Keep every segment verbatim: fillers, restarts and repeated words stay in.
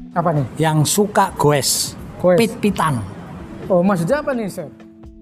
Apa nih? Yang suka goes, Goes. pit-pitan. Oh, maksudnya apa nih, Chef?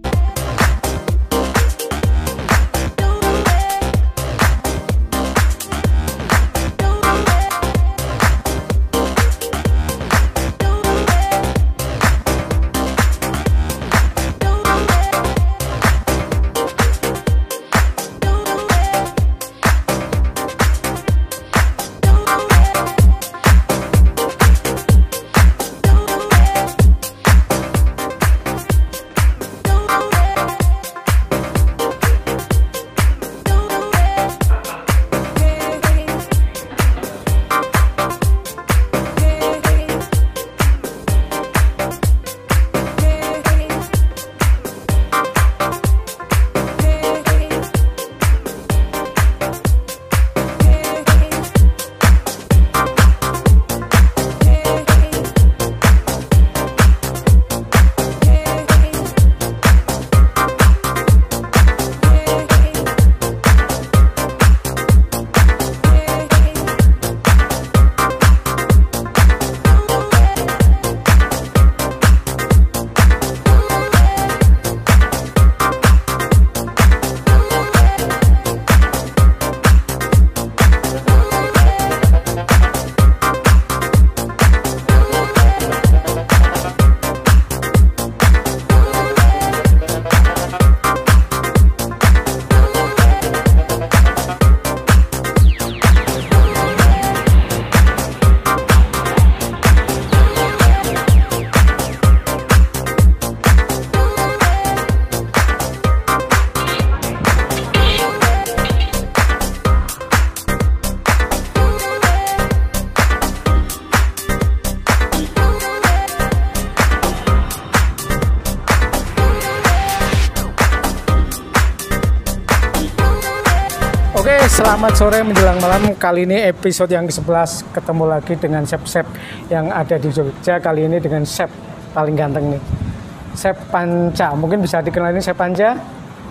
Oke, selamat sore menjelang malam. Kali ini episode yang ke sebelas ketemu lagi dengan chef-chef yang ada di Jogja. Kali ini dengan chef paling ganteng nih, Chef Panca. Mungkin bisa dikenalin Chef Panca.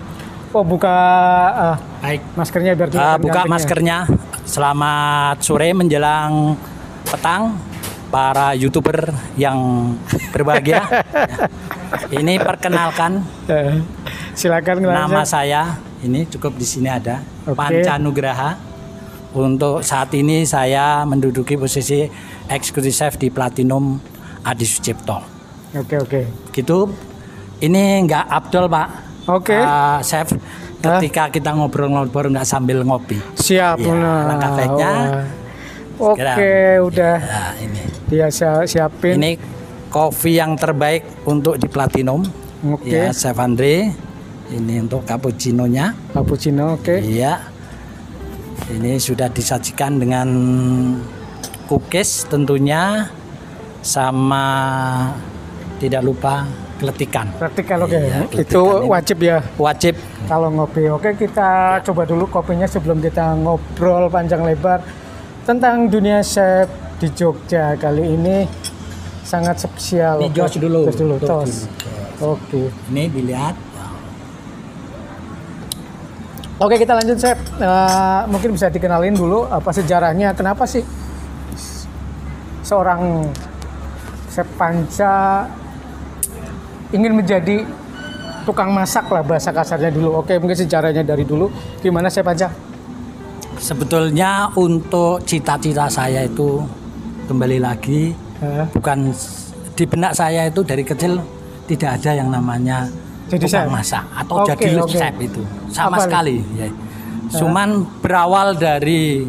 Oh, buka uh, Baik. maskernya biar Uh, buka maskernya. Selamat sore menjelang petang para YouTuber yang berbahagia. Ini perkenalkan. Silakan nama saya. Ini cukup di sini ada. Oke. Panca Nugraha. Untuk saat ini saya menduduki posisi eksekutif chef di Platinum Adi Sucipto. Oke oke. Gitu. Ini nggak abdol Pak. Oke. Uh, chef. Ketika kita ngobrol-ngobrol nggak sambil ngopi. Siap. Ya, Nah. langkah baiknya. Oke, Segera. udah. Ya, ini. Dia siapin. Ini kopi yang terbaik untuk di Platinum. Oke. Ya, Chef Andre. Ini untuk cappuccino-nya. Cappuccino, oke. Iya. Ini sudah disajikan dengan cookies tentunya, sama tidak lupa keletikan. Praktikal, oke. Iya, Itu keletikan wajib ya. Wajib. Kalau ngopi, oke kita coba dulu kopinya sebelum kita ngobrol panjang lebar tentang dunia chef di Jogja. Kali ini sangat spesial. Ini Oke. jos dulu. Jos dulu, Tos tos. dulu. Oke. Ini dilihat. Oke kita lanjut chef. Uh, mungkin bisa dikenalin dulu apa sejarahnya. Kenapa sih seorang Chef Panca ingin menjadi tukang masak lah bahasa kasarnya dulu. Oke mungkin sejarahnya dari dulu. Gimana Chef Panca? Sebetulnya untuk cita-cita saya itu kembali lagi Uh, bukan di benak saya itu dari kecil tidak ada yang namanya Jadi tukang chef? masak atau Oke, jadi oke. chef itu sama Apa sekali. Ya. Cuman berawal dari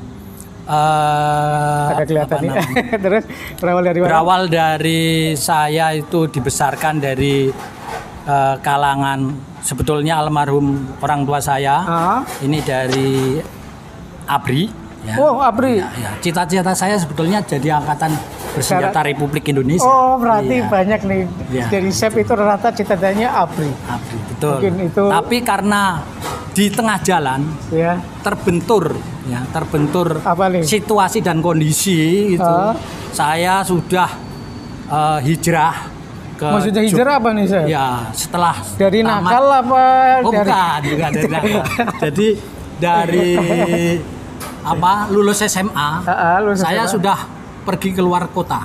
uh, ada kelihatan apa nih. namanya? Terus berawal dari mana? Berawal dari saya itu dibesarkan dari uh, kalangan sebetulnya almarhum orang tua saya. Ah. Ini dari ABRI. Ya. Oh Abri. Ya, ya. Cita-cita saya sebetulnya jadi angkatan bersenjata Republik Indonesia. Oh berarti Iya. banyak nih Iya. dari chef itu rata cita-citanya Abri. ABRI, betul. Mungkin itu- Tapi karena di tengah jalan Ya. terbentur, ya terbentur Apa nih? situasi dan kondisi itu, Ah. saya sudah uh, hijrah ke. Maksudnya hijrah apa nih chef? Ya setelah Dari tamat- nakal apa? Oh, dari... bukan, bukan dari nakal. Jadi dari apa lulus S M A, Ah, ah, lulus saya S M A. sudah pergi keluar kota.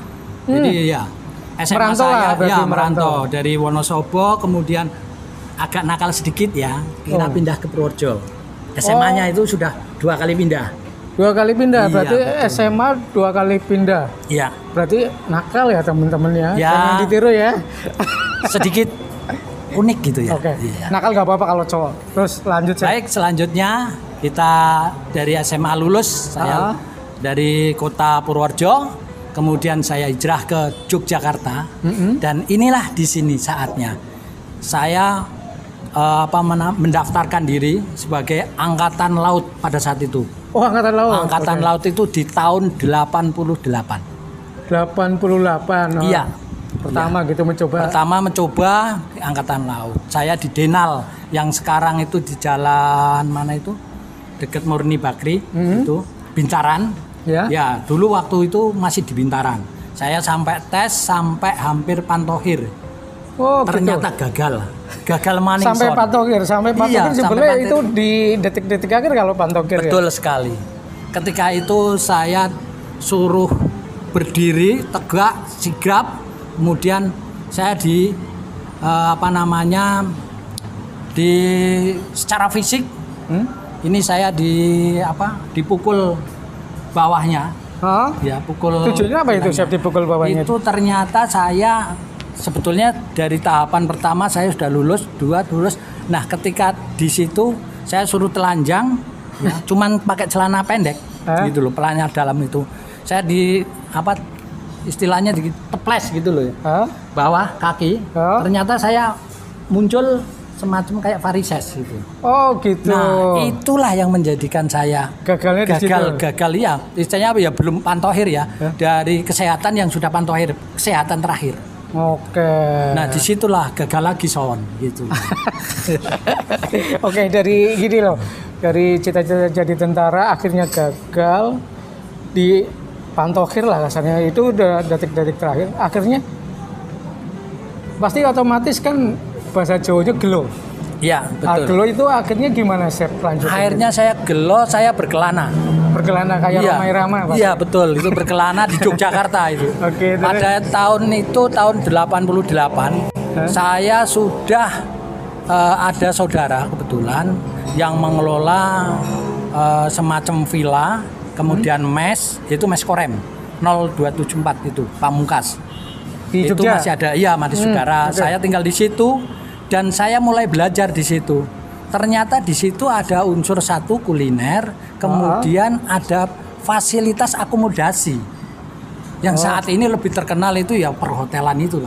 Hmm. Jadi ya S M A merantau saya lah, ya merantau. merantau Dari Wonosobo, kemudian agak nakal sedikit ya, kita oh. pindah ke Purworejo. S M A-nya oh. itu sudah dua kali pindah. Dua kali pindah, iya, berarti betul. S M A dua kali pindah. Iya. Berarti nakal ya teman-teman ya, ya, jangan ditiru ya. Sedikit unik gitu ya. Oke. Okay. Iya. Nakal nggak apa-apa kalau cowok. Terus lanjut ya. Baik, selanjutnya kita dari S M A lulus, saya ah. dari kota Purworejo, kemudian saya hijrah ke Yogyakarta, mm-hmm. dan inilah di sini saatnya saya uh, apa mana, mendaftarkan diri sebagai angkatan laut pada saat itu. Oh, angkatan laut. Angkatan okay. laut itu di tahun delapan puluh delapan. delapan puluh delapan. Oh. Iya. Pertama iya. gitu mencoba. Pertama mencoba angkatan laut. Saya di Denal yang sekarang itu di jalan mana itu? Dekat Murni Bakri, mm-hmm. itu Bintaran. Ya. Ya, dulu waktu itu masih di Bintaran. Saya sampai tes sampai hampir Pantohir. Oh, ternyata gitu. gagal. Gagal Maningson. Sampai Pantohir, sampai Pantohir iya, sebenarnya itu di detik-detik akhir kalau Pantohir. Betul ya? sekali. Ketika itu saya suruh berdiri tegak, sigap, kemudian saya di uh, apa namanya di secara fisik, hmm? ini saya di apa dipukul bawahnya. Hah? Ya, pukul. Tujuannya apa itu siap dipukul bawahnya? Itu ternyata saya sebetulnya dari tahapan pertama saya sudah lulus, dua lulus. Nah, ketika di situ saya suruh telanjang, ya, cuman pakai celana pendek, eh? gitu loh, pelanyar dalam itu. Saya di apa istilahnya di teples gitu loh, ya. eh? bawah kaki. Eh? Ternyata saya muncul semacam kayak varises gitu. Oh gitu. Nah, itulah yang menjadikan saya gagalnya di gagal, situ. gagal ya. Istilahnya apa ya, belum Pantohir ya, eh? dari kesehatan yang sudah Pantohir, kesehatan terakhir. Oke. Nah, disitulah gagal lagi son gitu. Oke, dari gini loh, dari cita-cita jadi tentara akhirnya gagal di Pantohir lah kasarnya, itu udah detik-detik terakhir. Akhirnya pasti otomatis kan bahasa Jawanya gelo. Iya, betul. Nah, gelo itu akhirnya gimana Chef lanjutnya? Akhirnya saya gelo, saya berkelana. Berkelana kayak ya. Romai Rama. Iya, betul. Itu berkelana di Yogyakarta itu. Oke. Pada terus. tahun itu tahun delapan puluh delapan, huh? saya sudah uh, ada saudara kebetulan yang mengelola uh, semacam villa, kemudian hmm? mes, itu mes Korem nol dua tujuh empat itu, Pamungkas. Di itu Jogja? Masih ada, iya, masih hmm, saudara. Okay. Saya tinggal di situ. Dan saya mulai belajar di situ. Ternyata di situ ada unsur satu kuliner, kemudian uh-huh. ada fasilitas akomodasi. Yang oh. saat ini lebih terkenal itu ya perhotelan itulah.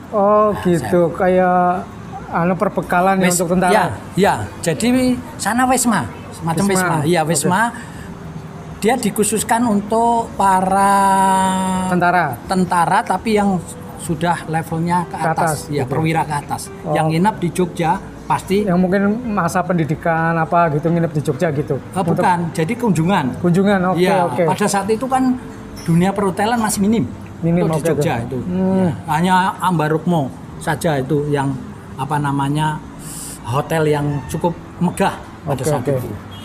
Oh nah, gitu, saya, kayak anu perbekalan Wes, untuk tentara. Ya, ya. Jadi sana Wisma, semacam Wisma. Iya, Wisma. Okay. Dia dikhususkan untuk para tentara. Tentara tapi yang sudah levelnya ke atas, ke atas ya, gitu. Perwira ke atas. Oh. Yang nginap di Jogja pasti. Yang mungkin masa pendidikan apa gitu nginap di Jogja gitu. Oh, bukan, untuk... jadi kunjungan. Kunjungan, oke okay, ya, oke. Okay. Pada saat itu kan dunia perhotelan masih minim. Minim itu okay, di Jogja okay. itu. Hmm. Ya, hanya Ambarukmo saja itu yang apa namanya hotel yang cukup megah pada okay, saat okay. itu.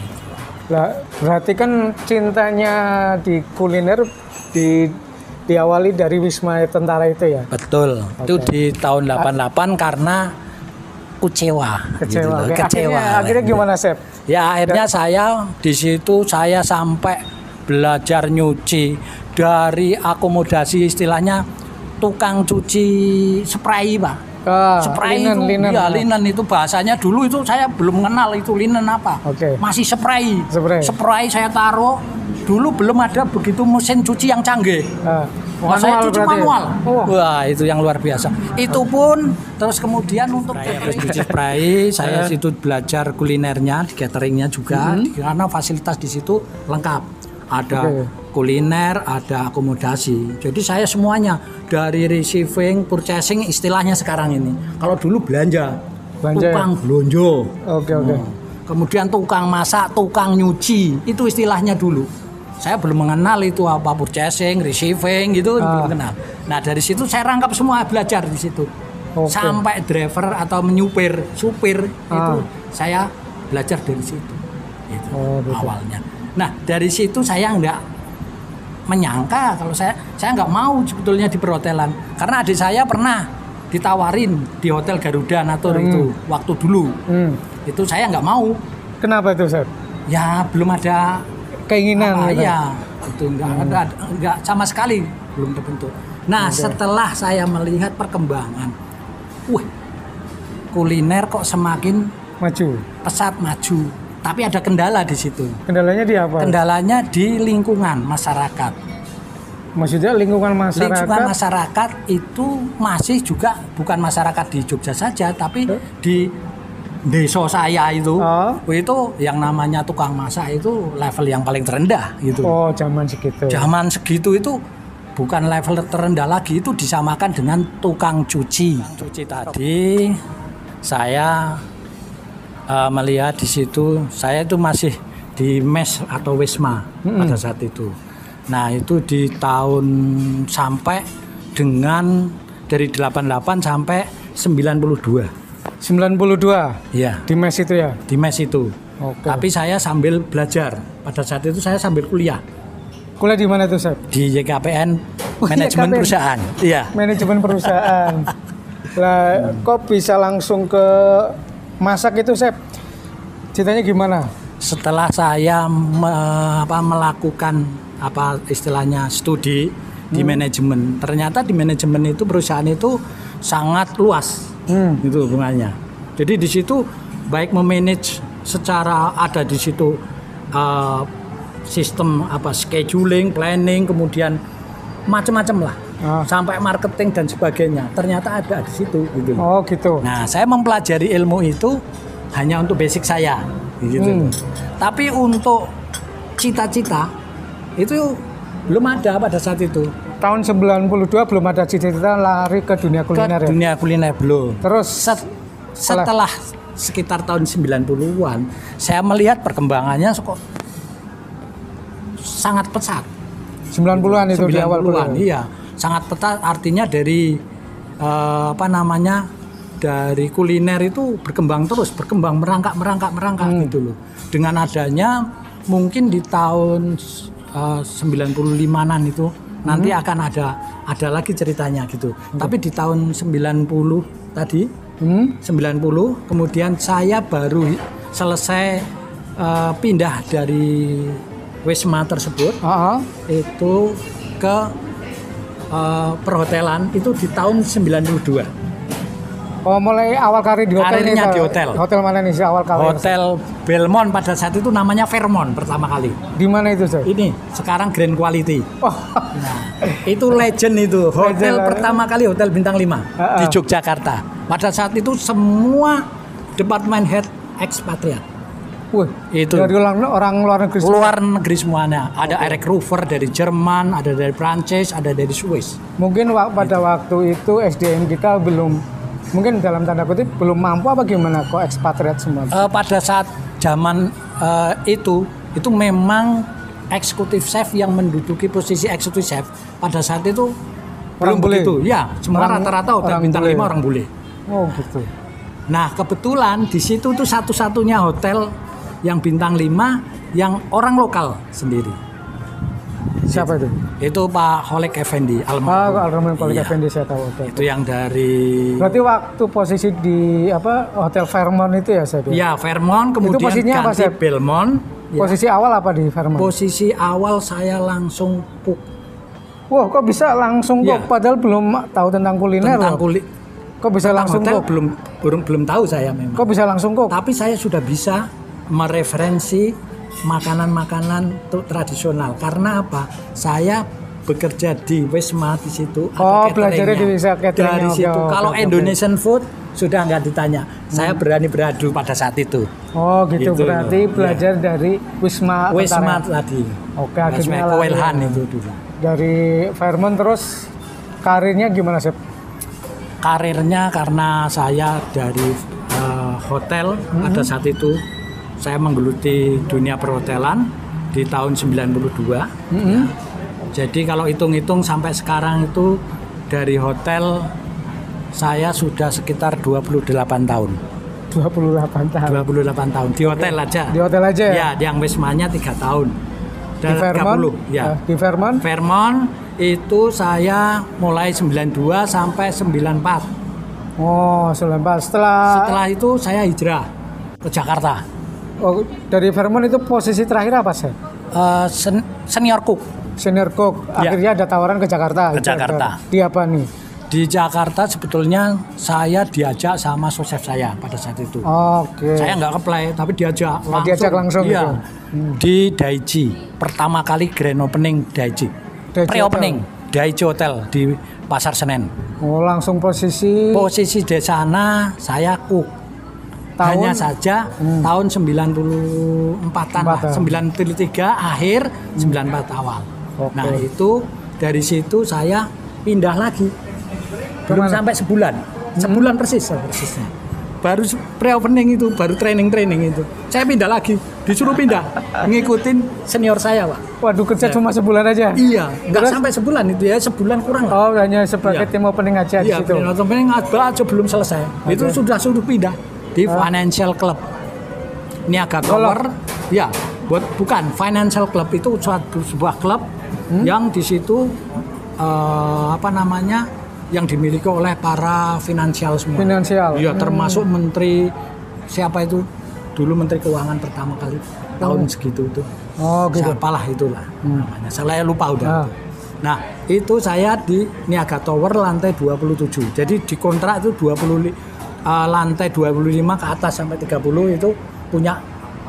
Lah, berarti kan cintanya di kuliner di diawali dari Wisma Tentara itu ya? Betul. Okay. Itu di tahun delapan puluh delapan karena kecewa. Kecewa. Gitu okay. Kecewa. Akhirnya, akhirnya gimana, Chef? Ya, akhirnya Dan, saya di situ saya sampai belajar nyuci dari akomodasi, istilahnya tukang cuci spray, Pak. Ah, spray linen, itu, linen, ya linen itu bahasanya dulu itu saya belum kenal itu linen apa. Okay. Masih spray. spray. Spray saya taruh. Dulu belum ada begitu mesin cuci yang canggih. Ah, manual saya cuci berarti. manual. Oh. Wah, itu yang luar biasa. Itu pun terus kemudian untuk catering, cuci spray, saya situ belajar kulinernya, di cateringnya juga, mm-hmm. karena fasilitas di situ lengkap. Ada okay. kuliner, ada akomodasi. Jadi saya semuanya dari receiving, purchasing, istilahnya sekarang ini. Kalau dulu belanja, belanja tukang ya? Belonjo. Oke okay, oke. Okay. Hmm. Kemudian tukang masak, tukang nyuci, itu istilahnya dulu. Saya belum mengenal itu apa purchasing, receiving gitu, ah. belum kenal. Nah dari situ saya rangkap semua, belajar di situ. Okay. Sampai driver atau menyupir, supir ah. itu saya belajar dari situ. Itu oh, awalnya. Nah dari situ saya enggak menyangka kalau saya saya nggak mau sebetulnya di perhotelan karena adik saya pernah ditawarin di hotel Garuda Natur hmm. itu waktu dulu hmm. itu saya nggak mau. Kenapa itu, Chef? Ya belum ada keinginan apa, gitu. Ya itu nggak hmm. ada nggak sama sekali belum terbentuk. Nah okay. setelah saya melihat perkembangan, wah kuliner kok semakin maju, pesat maju. Tapi ada kendala di situ. Kendalanya di apa? Kendalanya di lingkungan masyarakat. Maksudnya lingkungan masyarakat? Lingkungan masyarakat itu masih juga bukan masyarakat di Jogja saja, tapi huh? di desa saya itu, oh. itu yang namanya tukang masak itu level yang paling terendah gitu. Oh, zaman segitu. Zaman segitu itu bukan level terendah lagi, itu disamakan dengan tukang cuci. Cuci tadi saya Uh, melihat di situ, saya itu masih di mes atau Wisma mm-hmm. pada saat itu. Nah itu di tahun sampai dengan dari delapan puluh delapan sampai sembilan puluh dua. sembilan puluh dua? Iya. Di mes itu ya? Di mes itu. Okay. Tapi saya sambil belajar. Pada saat itu saya sambil kuliah. Kuliah di mana tuh, Chef? Di Y K P N oh, Manajemen Y K P N. Perusahaan. Iya. Manajemen perusahaan. Lah kok bisa langsung ke masak itu, Chef? Ceritanya gimana? Setelah saya me, apa, melakukan apa istilahnya studi di hmm. manajemen, ternyata di manajemen itu perusahaan itu sangat luas, hmm. itu hubungannya. Jadi di situ baik memanage secara ada di situ uh, sistem apa scheduling, planning, kemudian macam-macam lah. Ah. Sampai marketing dan sebagainya ternyata ada di situ gitu. Oh gitu. Nah saya mempelajari ilmu itu hanya untuk basic saya gitu. Hmm. Tapi untuk cita-cita itu belum ada pada saat itu. Tahun sembilan puluh dua belum ada cita-cita lari ke dunia kuliner ke ya? Dunia kuliner belum. Terus Set, setelah sekitar tahun sembilan puluhan saya melihat perkembangannya kok sangat pesat. sembilan puluhan itu di awal bulan. Iya. Sangat peta artinya dari uh, apa namanya dari kuliner itu berkembang terus berkembang merangkak merangkak merangkak hmm. gitu loh dengan adanya mungkin di tahun uh, sembilan puluh limaan itu hmm. nanti akan ada ada lagi ceritanya gitu hmm. tapi di tahun sembilan puluh tadi hmm. sembilan puluh kemudian saya baru selesai uh, pindah dari Wisma tersebut uh-huh. itu ke Uh, perhotelan itu di tahun sembilan puluh dua. Oh, mulai awal karir di hotel. Karirnya ini, di hotel. Hotel mana nih sih awal karir? Hotel Belmont pada saat itu namanya Fairmont pertama kali. Di mana itu, Sir? Ini sekarang Grand Quality. Oh. Nah, itu legend itu. Hotel legend pertama kali hotel bintang lima uh-uh. di Yogyakarta. Pada saat itu semua departemen head ekspatriat. Wih, itu dari orang luar negeri semua. Luar negeri semuanya. Ada okay. Eric Rover dari Jerman, ada dari Prancis, ada dari Swiss. Mungkin pada itu. Waktu itu S D M kita belum, mungkin dalam tanda kutip belum mampu apa gimana kok ekspatriat semua? Uh, pada saat zaman uh, itu, itu memang eksekutif chef yang menduduki posisi eksekutif chef pada saat itu orang belum boleh. Begitu. Ya, semua orang, rata-rata hotel bintang lima orang boleh. Oh gitu. Nah kebetulan di situ tuh satu-satunya hotel yang bintang lima yang orang lokal sendiri. Siapa itu? Itu Pak Holek Effendi, almarhum. Ah, almarhum Holek iya. Effendi saya tahu. Okay. Itu yang dari. Berarti waktu posisi di apa Hotel Fairmont itu ya saya? Iya Fairmont, kemudian itu posisinya ganti apa, Belmont. Posisi ya. Awal apa di Fairmont? Posisi awal saya langsung cook. Wah, kok bisa langsung ya. Kok padahal belum tahu tentang kuliner tentang loh. Kuli- kok bisa tentang langsung hotel kok? belum belum belum tahu saya memang. Kok bisa langsung kok? Tapi saya sudah bisa mereferensi makanan-makanan tradisional karena apa? Saya bekerja di Wisma di situ. Oh, belajarnya di Wisma dari situ. Okay, kalau okay, Indonesian okay. food sudah nggak ditanya. Hmm. Saya berani beradu pada saat itu. Oh, gitu, gitu berarti loh. Belajar ya. Dari Wisma. Wisma tadi. Oke, akhirnya Kewelhan itu dulu. Dari Fairmont terus karirnya gimana, Chef? Karirnya karena saya dari uh, hotel hmm. pada saat itu. Saya menggeluti dunia perhotelan di tahun sembilan puluh dua. Mm-hmm. Ya. Jadi kalau hitung-hitung sampai sekarang itu dari hotel saya sudah sekitar dua puluh delapan tahun. dua puluh delapan tahun. dua puluh delapan tahun di hotel aja. Di hotel aja ya? Ya, yang Wismanya tiga tahun. ada di Fairmont, tiga puluh ya. Uh, di Fairmont? Fairmont itu saya mulai sembilan puluh dua sampai sembilan puluh empat. Oh, sembilan puluh empat. Setelah Setelah itu saya hijrah ke Jakarta. Oh, dari Fairmont itu posisi terakhir apa sih? Uh, sen senior cook. Senior cook. Ya. Akhirnya ada tawaran ke Jakarta. Ke Jakarta. Di apa nih? Di Jakarta sebetulnya saya diajak sama sous-chef saya pada saat itu. Oke. Saya nggak apply tapi diajak Oh, langsung. diajak langsung Iya. gitu. Hmm. Di Daichi. Pertama kali grand opening Daichi. Daichi Pre-opening Daichi Hotel di Pasar Senen. Oh, langsung posisi Posisi di sana saya cook. Tahun? Hanya saja Hmm. tahun sembilan puluh empatan lah, Empatan. sembilan puluh tiga akhir, sembilan puluh empat awal. Oke. Nah itu dari situ saya pindah lagi. Belum Kemana? sampai sebulan, sebulan persis persisnya. Baru pre-opening itu, baru training-training itu. Saya pindah lagi, disuruh pindah, ngikutin senior saya, Pak. Waduh, kerja cuma sebulan aja. Iya, nggak Terus? sampai sebulan itu ya, sebulan kurang lah. Oh, hanya sebagai Iya. tim opening aja di Iya, situ. opening aja belum selesai. Itu sudah suruh pindah di Ah. Financial Club. Niaga Golok. Tower. Ya, buat bukan Financial Club itu suatu sebuah klub Hmm? yang di situ eh, apa namanya? Yang dimiliki oleh para finansial semua. Finansial. Iya, Hmm. termasuk menteri siapa itu dulu menteri keuangan pertama kali tahun segitu itu. Oh, gitu. Siapalah itulah Hmm. namanya. Saya lupa udah. Ah. Nah, itu saya di Niaga Tower lantai dua puluh tujuh. Jadi di kontrak itu dua puluh li- uh, lantai dua puluh lima ke atas sampai tiga puluh itu punya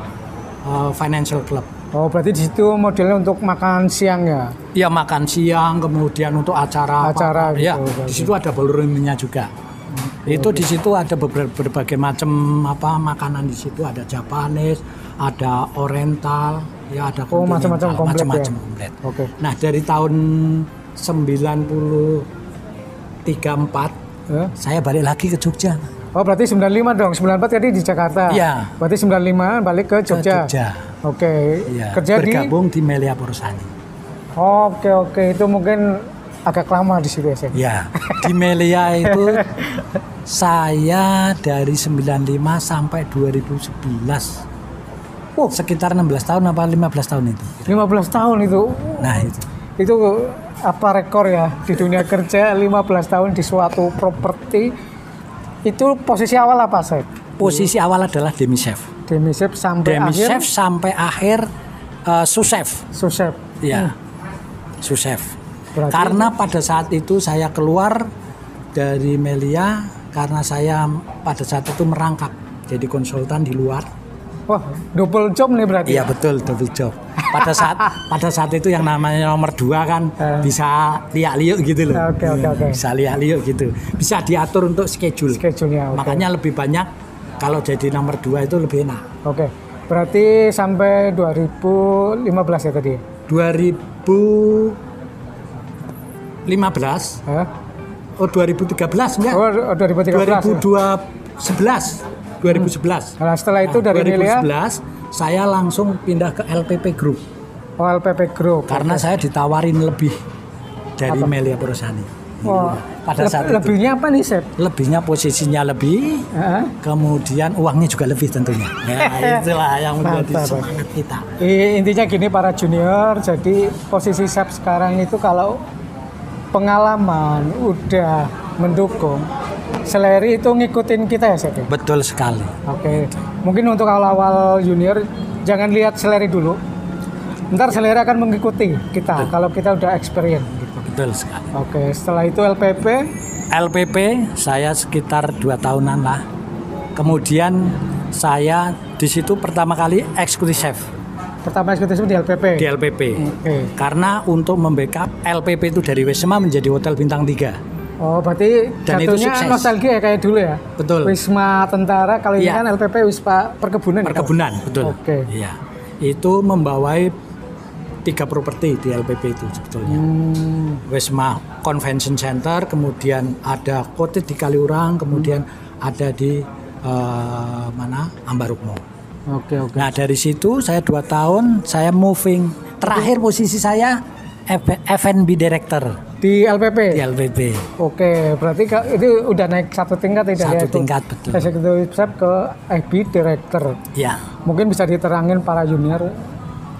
uh, financial club. Oh, berarti di situ modelnya untuk makan siang ya? Ya makan siang, kemudian untuk acara Acara apa, ya, gitu, di berarti. situ ada ballroomnya juga. Itu di situ ada beber- berbagai macam apa makanan di situ, ada Japanese, ada Oriental, ya ada Oh, macam-macam continental, komplit macam-macam ya? komplit. Oke. Nah, dari tahun sembilan puluh tiga empat Ya. saya balik lagi ke Jogja. Oh, berarti sembilan puluh lima dong. sembilan puluh empat tadi di Jakarta. Iya. Berarti sembilan puluh lima balik ke Ke Jogja. Jogja. Oke. Iya, Kerja di bergabung di Melia Porsani. Oke, oke. Itu mungkin agak lama di situ ya, Chef? Ya, di Melia itu saya dari sembilan puluh lima sampai dua ribu sebelas. Oh, Sekitar enam belas tahun apa lima belas tahun itu. lima belas tahun itu. Nah, itu. Itu apa rekor ya di dunia kerja lima belas tahun di suatu properti. Itu posisi awal apa, Chef? Posisi awal adalah demi chef. Demi chef sampai Demi akhir chef sampai akhir uh, sous chef. sous chef. Ya. Sous chef. Berarti- Karena pada saat itu saya keluar dari Melia karena saya pada saat itu merangkap jadi konsultan di luar. Wah, double job nih berarti. Iya betul, double job. Pada saat pada saat itu yang namanya nomor dua kan Eh. bisa liak-liuk gitu loh. Oke, oke, oke. Bisa liak-liuk gitu. Bisa diatur untuk schedule. Schedule-nya, oke. Makanya lebih banyak kalau jadi nomor dua itu lebih enak. Oke. Berarti sampai dua ribu lima belas ya tadi. dua ribu lima belas, Hah? oh dua ribu tiga belas enggak? Oh, dua ribu tiga belas. dua ribu sebelas. dua ribu sebelas. Nah, setelah itu Nah, dari dua ribu Melia sebelas saya langsung pindah ke L P P Group oh, L P P Group. karena saya ditawarin lebih dari Apa? Melia Porsani. Oh, Pada le- saat itu. lebihnya apa nih, Chef? Lebihnya posisinya lebih, Hah? kemudian uangnya juga lebih tentunya. Ya, itulah yang menjadi Mantap, semangat kita. I- Intinya gini para junior, jadi posisi chef sekarang itu kalau pengalaman udah mendukung, seleri itu ngikutin kita ya, Chef? Ya? Betul sekali. Oke, mungkin untuk awal-awal junior jangan lihat seleri dulu. Ntar seleri akan mengikuti kita kalau kita udah experience. Gitu. Betul sekali. Oke, setelah itu L P P, L P P saya sekitar dua tahunan lah. Kemudian saya di situ pertama kali eksekutif chef pertama eksekutif di L P P. di L P P. Oke. Karena untuk membackup L P P itu dari Wisma menjadi hotel bintang tiga. Oh, berarti Dan itu jatuhnya sukses. nostalgia ya kayak dulu ya? Betul. Wisma Tentara, kalau ini Iya. kan L P P Wisma Perkebunan. ya, Perkebunan, betul. Oke. Iya. Itu membawai tiga properti di L P P itu sebetulnya. Hmm, Wisma Convention Center, kemudian ada Cottage di Kaliurang, kemudian ada di eh, mana Ambarukmo. Oke, oke. Nah dari situ saya dua tahun saya moving. Terakhir posisi saya F- F&B Director Di L P P. di L P P. Oke, berarti ka- itu udah naik satu tingkat tidak Satu ya? tingkat, betul. Executive Chef ke F B Director. Ya, Mungkin bisa diterangin para junior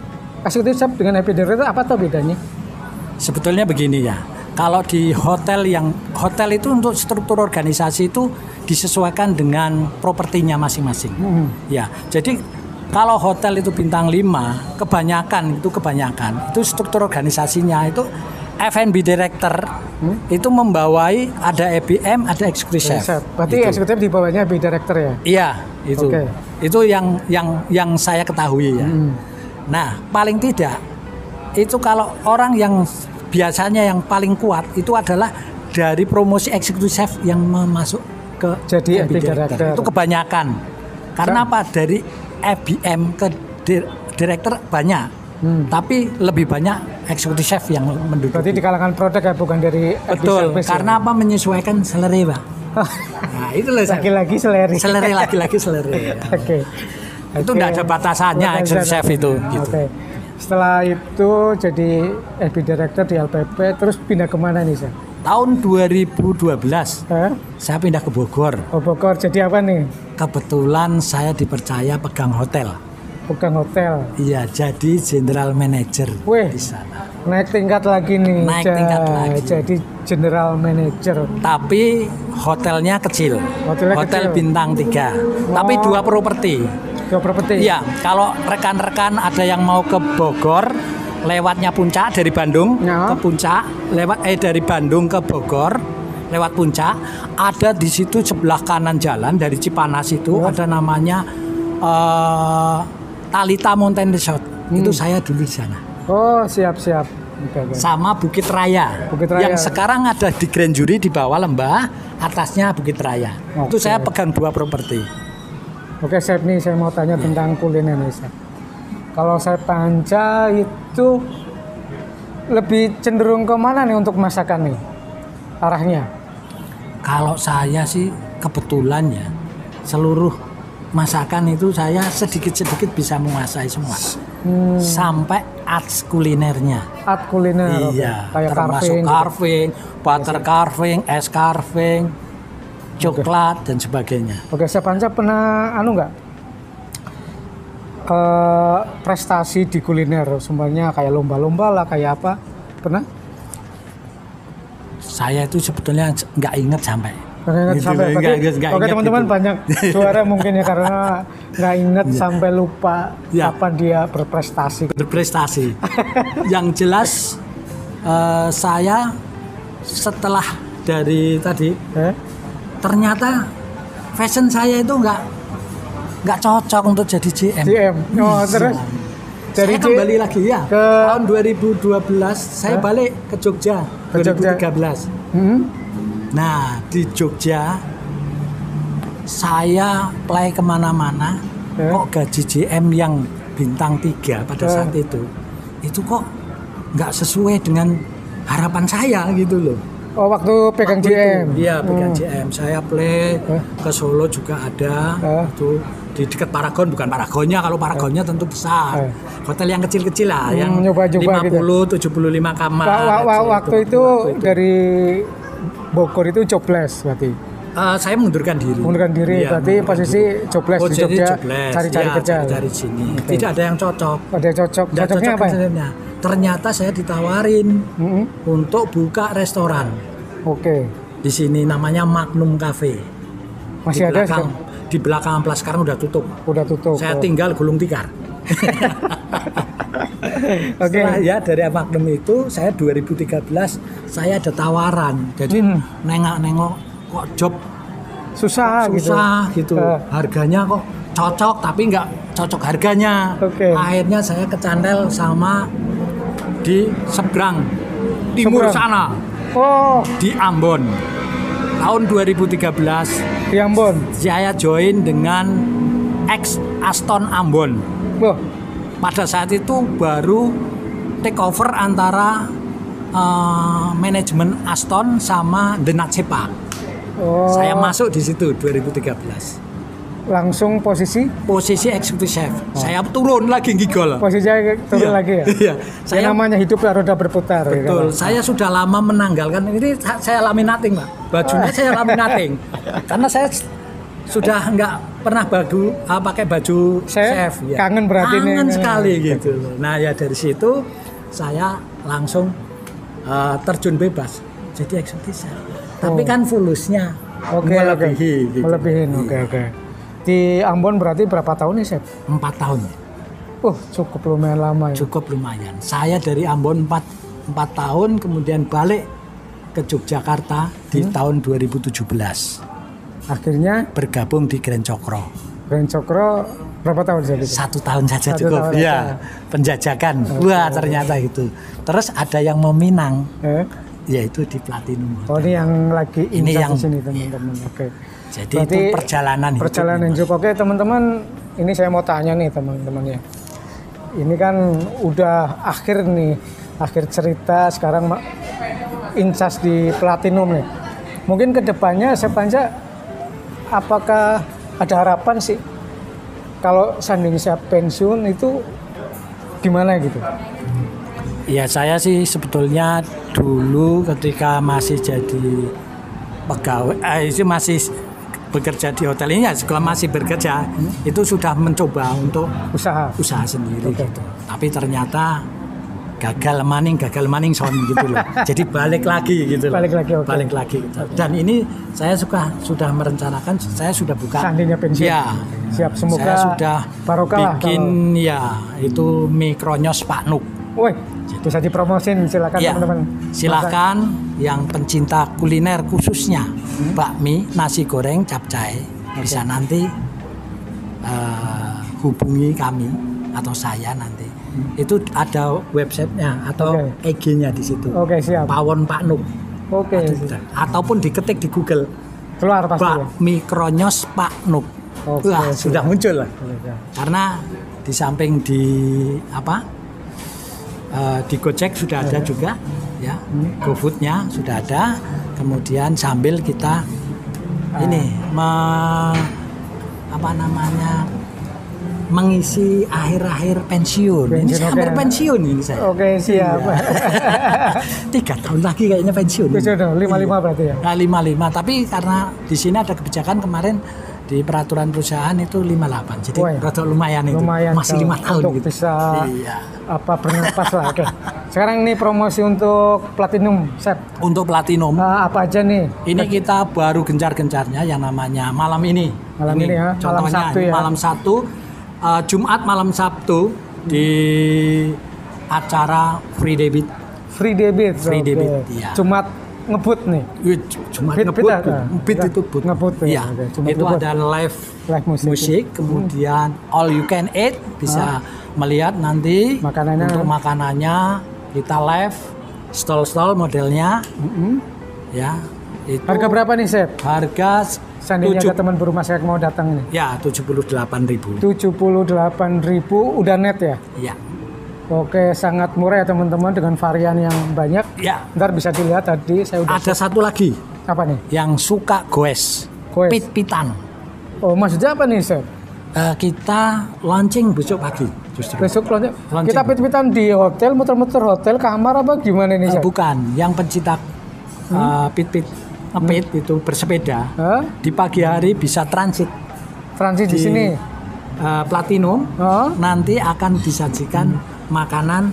executive chef dengan happy director apa tuh bedanya? Sebetulnya begini ya. Kalau di hotel yang hotel itu untuk struktur organisasi itu disesuaikan dengan propertinya masing-masing. Hmm. Ya, jadi kalau hotel itu bintang lima, kebanyakan itu kebanyakan itu struktur organisasinya itu F and B director hmm? itu membawai ada E B M, ada executive chef. Berarti gitu. Eksekutif di bawahnya E B director ya? Iya, itu. Okay. Itu yang yang yang saya ketahui ya. Hmm. Nah, paling tidak itu kalau orang yang biasanya yang paling kuat itu adalah dari promosi executive chef yang masuk ke jadi E B director. director. Itu kebanyakan. Karena apa? Dari E B M ke director banyak, hmm. tapi lebih banyak executive chef yang menduduki. Berarti di kalangan produk ya, bukan dari betul. Karena ya? Apa? Menyesuaikan selera, Pak. Nah, itu loh. Lagi-lagi selera. Selera lagi-lagi selera. Ya. Oke. Okay. Itu tidak okay. ada batasannya okay. executive chef itu. Gitu. Oke. Okay. Setelah itu jadi E B director di L P P, terus pindah kemana nih, Sir? Tahun dua ribu dua belas eh? saya pindah ke Bogor. Oh, Bogor, jadi apa nih? Kebetulan saya dipercaya pegang hotel. Pegang hotel? Iya, jadi general manager Wih, di sana. Naik tingkat lagi nih. Naik ja- tingkat lagi. Jadi general manager. Tapi hotelnya kecil. Hotelnya Hotel kecil. bintang tiga. Oh. Tapi dua properti. Dua properti? Iya, kalau rekan-rekan ada yang mau ke Bogor, lewatnya Puncak dari Bandung ya. Ke Puncak, lewat eh dari Bandung ke Bogor, lewat Puncak, ada di situ sebelah kanan jalan dari Cipanas itu ya. Ada namanya uh, Talita Mountain Resort. Hmm. Itu saya dulu di sana. Oh, siap-siap. Okay, okay. Sama Bukit Raya. Bukit Raya. Yang sekarang ada di Grand Jury di bawah lembah, atasnya Bukit Raya. Okay. Itu saya pegang dua properti. Oke, Chef, nih saya mau tanya ya. Tentang kuliner nih, Chef. Kalau saya panca itu lebih cenderung ke mana nih untuk masakan nih? Arahnya? Kalau saya sih kebetulan ya seluruh masakan itu saya sedikit-sedikit bisa menguasai semua. Hmm. Sampai arts kulinernya. Art kuliner. Iya. Kayak termasuk carving, carving gitu. Butter carving, es carving, coklat okay. dan sebagainya. Oke, saya panca pernah anu enggak? Uh, prestasi di kuliner semuanya kayak lomba-lomba lah kayak apa pernah? Saya itu sebetulnya nggak inget sampai. Nggak inget sampai. Oke, teman-teman gitu. Banyak juara mungkin ya karena nggak inget ya. Sampai lupa ya. Kapan dia berprestasi. Berprestasi. Yang jelas uh, saya setelah dari tadi eh? ternyata fashion saya itu nggak nggak cocok untuk jadi G M. G M. Oh, terus dari saya kembali G- lagi ya. Ke tahun dua ribu dua belas saya huh? balik ke Jogja. Ke dua ribu tiga belas. Jogja. Hmm? Nah, di Jogja saya play kemana-mana. Huh? Kok gaji G M yang bintang tiga pada huh? saat itu itu kok nggak sesuai dengan harapan saya gitu loh. Oh, waktu pegang waktu G M. Iya, pegang hmm. G M. Saya play huh? ke Solo juga ada. Huh? Itu di dekat Paragon, bukan Paragonnya. Kalau Paragonnya huh? tentu besar. Huh? Hotel yang kecil-kecil lah, hmm, yang lima puluh, tujuh puluh lima kamar. Wa- wa- wa- waktu, itu, waktu itu dari Bogor itu jobless berarti. Uh, saya mengundurkan diri. Mengundurkan diri, ya, berarti posisi jobless oh, di Jogja, jobless. cari-cari ya, kerja. Cari sini. Okay. Tidak ada yang cocok. Ada yang cocok. Cocoknya apa? Ya? Ternyata saya ditawarin mm-hmm. untuk buka restoran. Oke. Okay. Di sini namanya Magnum Cafe. Masih di ada belakang, di belakang amplas sekarang udah tutup. Udah tutup. Saya oh. tinggal gulung tikar. Oke. Okay. Ya dari Magnum itu saya dua ribu tiga belas saya ada tawaran. Jadi hmm. nengok-nengok kok job susah, susah gitu. gitu. Uh. Harganya kok cocok tapi nggak cocok harganya. Okay. Akhirnya saya kecandel sama di seberang timur seberang. sana. Oh, di Ambon. Tahun dua ribu tiga belas di Ambon. Saya join dengan ex Aston Ambon. Oh. Pada saat itu baru take over antara uh, manajemen Aston sama The Natsepa. Oh. Saya masuk di situ dua ribu tiga belas. Langsung posisi? Posisi executive chef. Oh. Saya turun lagi gigol. Posisinya turun iya. lagi ya? Iya. Saya namanya hidup roda berputar. Betul. Ya, saya sudah lama menanggalkan ini. Saya laminating, Pak. Bajunya saya laminating. Karena saya sudah nggak pernah baju uh, pakai baju chef, chef ya. Kangen berarti nih. Kangen sekali gitu loh. Nah ya dari situ saya langsung uh, terjun bebas jadi executive chef. Oh. Tapi kan fulusnya okay, melebihi. Okay. Gitu. Melebihin, oke okay, oke. Okay. Di Ambon berarti berapa tahun nih chef? Empat tahun. Oh cukup lumayan lama ya. Cukup lumayan. Saya dari Ambon empat empat tahun kemudian balik ke Yogyakarta di hmm. tahun dua ribu tujuh belas. Akhirnya bergabung di Grand Cokro. Grand Cokro berapa tahun jadi? Satu tahun saja Satu cukup. Tahun ya, penjajakan. Okay. Wah ternyata itu. Terus ada yang meminang, eh? yaitu di Platinum. Oh ini yang lagi ini yang di sini teman-teman. Iya. Oke. Okay. Jadi berarti itu perjalanan hidup. Perjalanan hidup. Oke teman-teman, ini saya mau tanya nih teman-teman ya. Ini kan udah akhir nih, akhir cerita sekarang incas di Platinum nih. Mungkin kedepannya saya Panca, apakah ada harapan sih kalau seandainya saya pensiun itu gimana gitu? Ya saya sih sebetulnya dulu ketika masih jadi pegawai, eh, itu masih bekerja di hotel ini ya, sekolah masih bekerja hmm. itu sudah mencoba untuk usaha usaha sendiri okay. gitu. Tapi ternyata gagal maning gagal maning son gitu loh. Jadi balik lagi gitu loh. Balik lagi okay. Balik lagi gitu. Dan ini saya suka sudah merencanakan saya sudah buka seandainya pensiun. Ya. Siap semoga saya sudah bikin kalau... ya itu mie kronyos Pak Nuk. Woi, bisa dipromosin silakan ya, teman-teman. Silakan Masa. Yang pencinta kuliner khususnya hmm? bakmi, nasi goreng, capcay okay. bisa nanti uh, hubungi kami atau saya nanti. Hmm. Itu ada websitenya atau okay. I G-nya di situ. Oke, okay, siap. Pawon Pak Nuk. Oke. Okay. Ataupun diketik di Google. Keluar pasti. Bakmi kronyos Pak Nuk. Okay, Wah, siap. Sudah muncul lah. Okay. Karena di samping di apa? Uh, di Gojek sudah ada juga ya, hmm. GoFood-nya sudah ada. Kemudian sambil kita ah. ini me, apa namanya mengisi akhir-akhir pensiun. pensiun ini saya okay. hampir pensiun ini saya. Oke okay, siap. Iya. Tiga tahun lagi kayaknya pensiun. Pensiun lima lima berarti ya. Nah, lima lima. Tapi karena di sini ada kebijakan kemarin di peraturan perusahaan itu lima puluh delapan. Jadi rada lumayan itu. Lumayan masih lima tahun untuk gitu. Bisa iya. apa bernapas lah. Oke. Okay. Sekarang ini promosi untuk Platinum, Chef. Untuk Platinum. Uh, apa aja nih? Ini kita baru gencar-gencarnya yang namanya malam ini. Malam ini, ini ya. Contohnya malam Sabtu ya. Malam Sabtu uh, Jumat malam Sabtu hmm. di acara Free Debit. Free Debit. Free okay. Debit. Iya. Jumat ngebut nih. Cuma beat, ngebut. Beat itu but. Ngebut ya. Okay. Itu ngebut. Ada live, live musik, musik kemudian hmm. all you can eat bisa ah. melihat nanti makanannya. Untuk makanannya kita live stall-stall modelnya. Mm-hmm. Ya. Itu harga berapa nih, Chef? Harga seandainya ada teman berumah saya mau datang nih. Ya, tujuh puluh delapan ribu. tujuh puluh delapan ribu udah net ya? Iya. Oke, sangat murah ya teman-teman dengan varian yang banyak. Ya. Ntar bisa dilihat tadi saya udah. Ada set. satu lagi. Apa nih? Yang suka goes. Goes. Pit-pitan. Oh, maksudnya apa nih, Chef? Uh, kita launching besok pagi. Justru. Besok launching. launching. Kita pit-pitan di hotel, muter-muter hotel, kamar apa gimana nih, Chef? Uh, bukan, yang pencinta uh, hmm? pit-pit, ngepit hmm? itu bersepeda. Huh? Di pagi hari bisa transit. Transit di, di sini. Uh, Platinum. Huh? Nanti akan disajikan hmm. makanan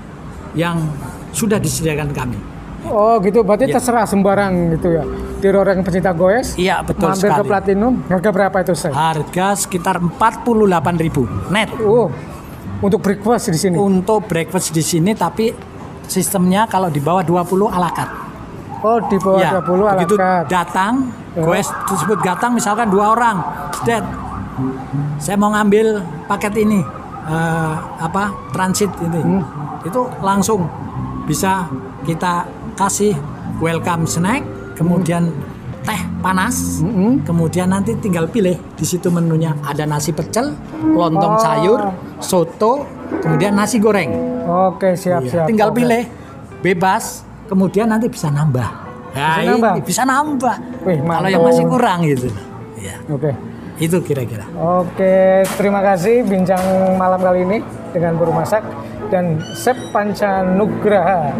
yang sudah disediakan kami. Oh gitu, berarti ya. Terserah sembarang gitu ya. Di orang pencinta goes. Iya betul mampir sekali. Ke Platinum, harga berapa itu, Chef? Harga sekitar empat puluh delapan ribu net. Oh, untuk breakfast di sini. Untuk breakfast di sini, tapi sistemnya kalau di bawah dua puluh ala carte. Oh, di bawah ya, dua puluh ala carte. Begitu datang, goes tersebut datang misalkan dua orang, Dad, saya mau ngambil paket ini. Uh, apa transit ini hmm. itu langsung bisa kita kasih welcome snack, kemudian hmm. teh panas, hmm. kemudian nanti tinggal pilih di situ menunya ada nasi pecel, lontong oh. sayur, soto, kemudian nasi goreng. Oke siap iya. siap. Tinggal Oke. pilih bebas, kemudian nanti bisa nambah. Nah, bisa nambah. Bisa nambah. Wih, kalau yang masih kurang gitu. Ya. Oke. Itu kira-kira. Oke, terima kasih bincang malam kali ini dengan Buru Masak dan Chef Panca Nugraha.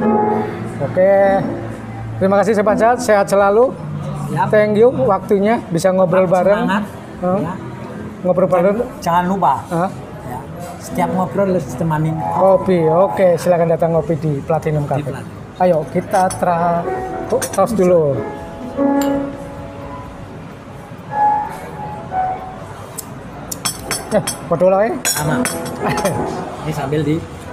Oke, terima kasih Chef Panca, sehat selalu. Yap. Thank you waktunya bisa ngobrol bareng. Semangat. Huh? Ya. Ngobrol bareng. Jangan lupa. Huh? Ya. Setiap ngobrol harus ditemani Kopi. Oke, silakan datang ngopi di Platinum Cafe. Platinum. Ayo kita tra tos dulu. Eh, padha wae. sama. Ini sambil di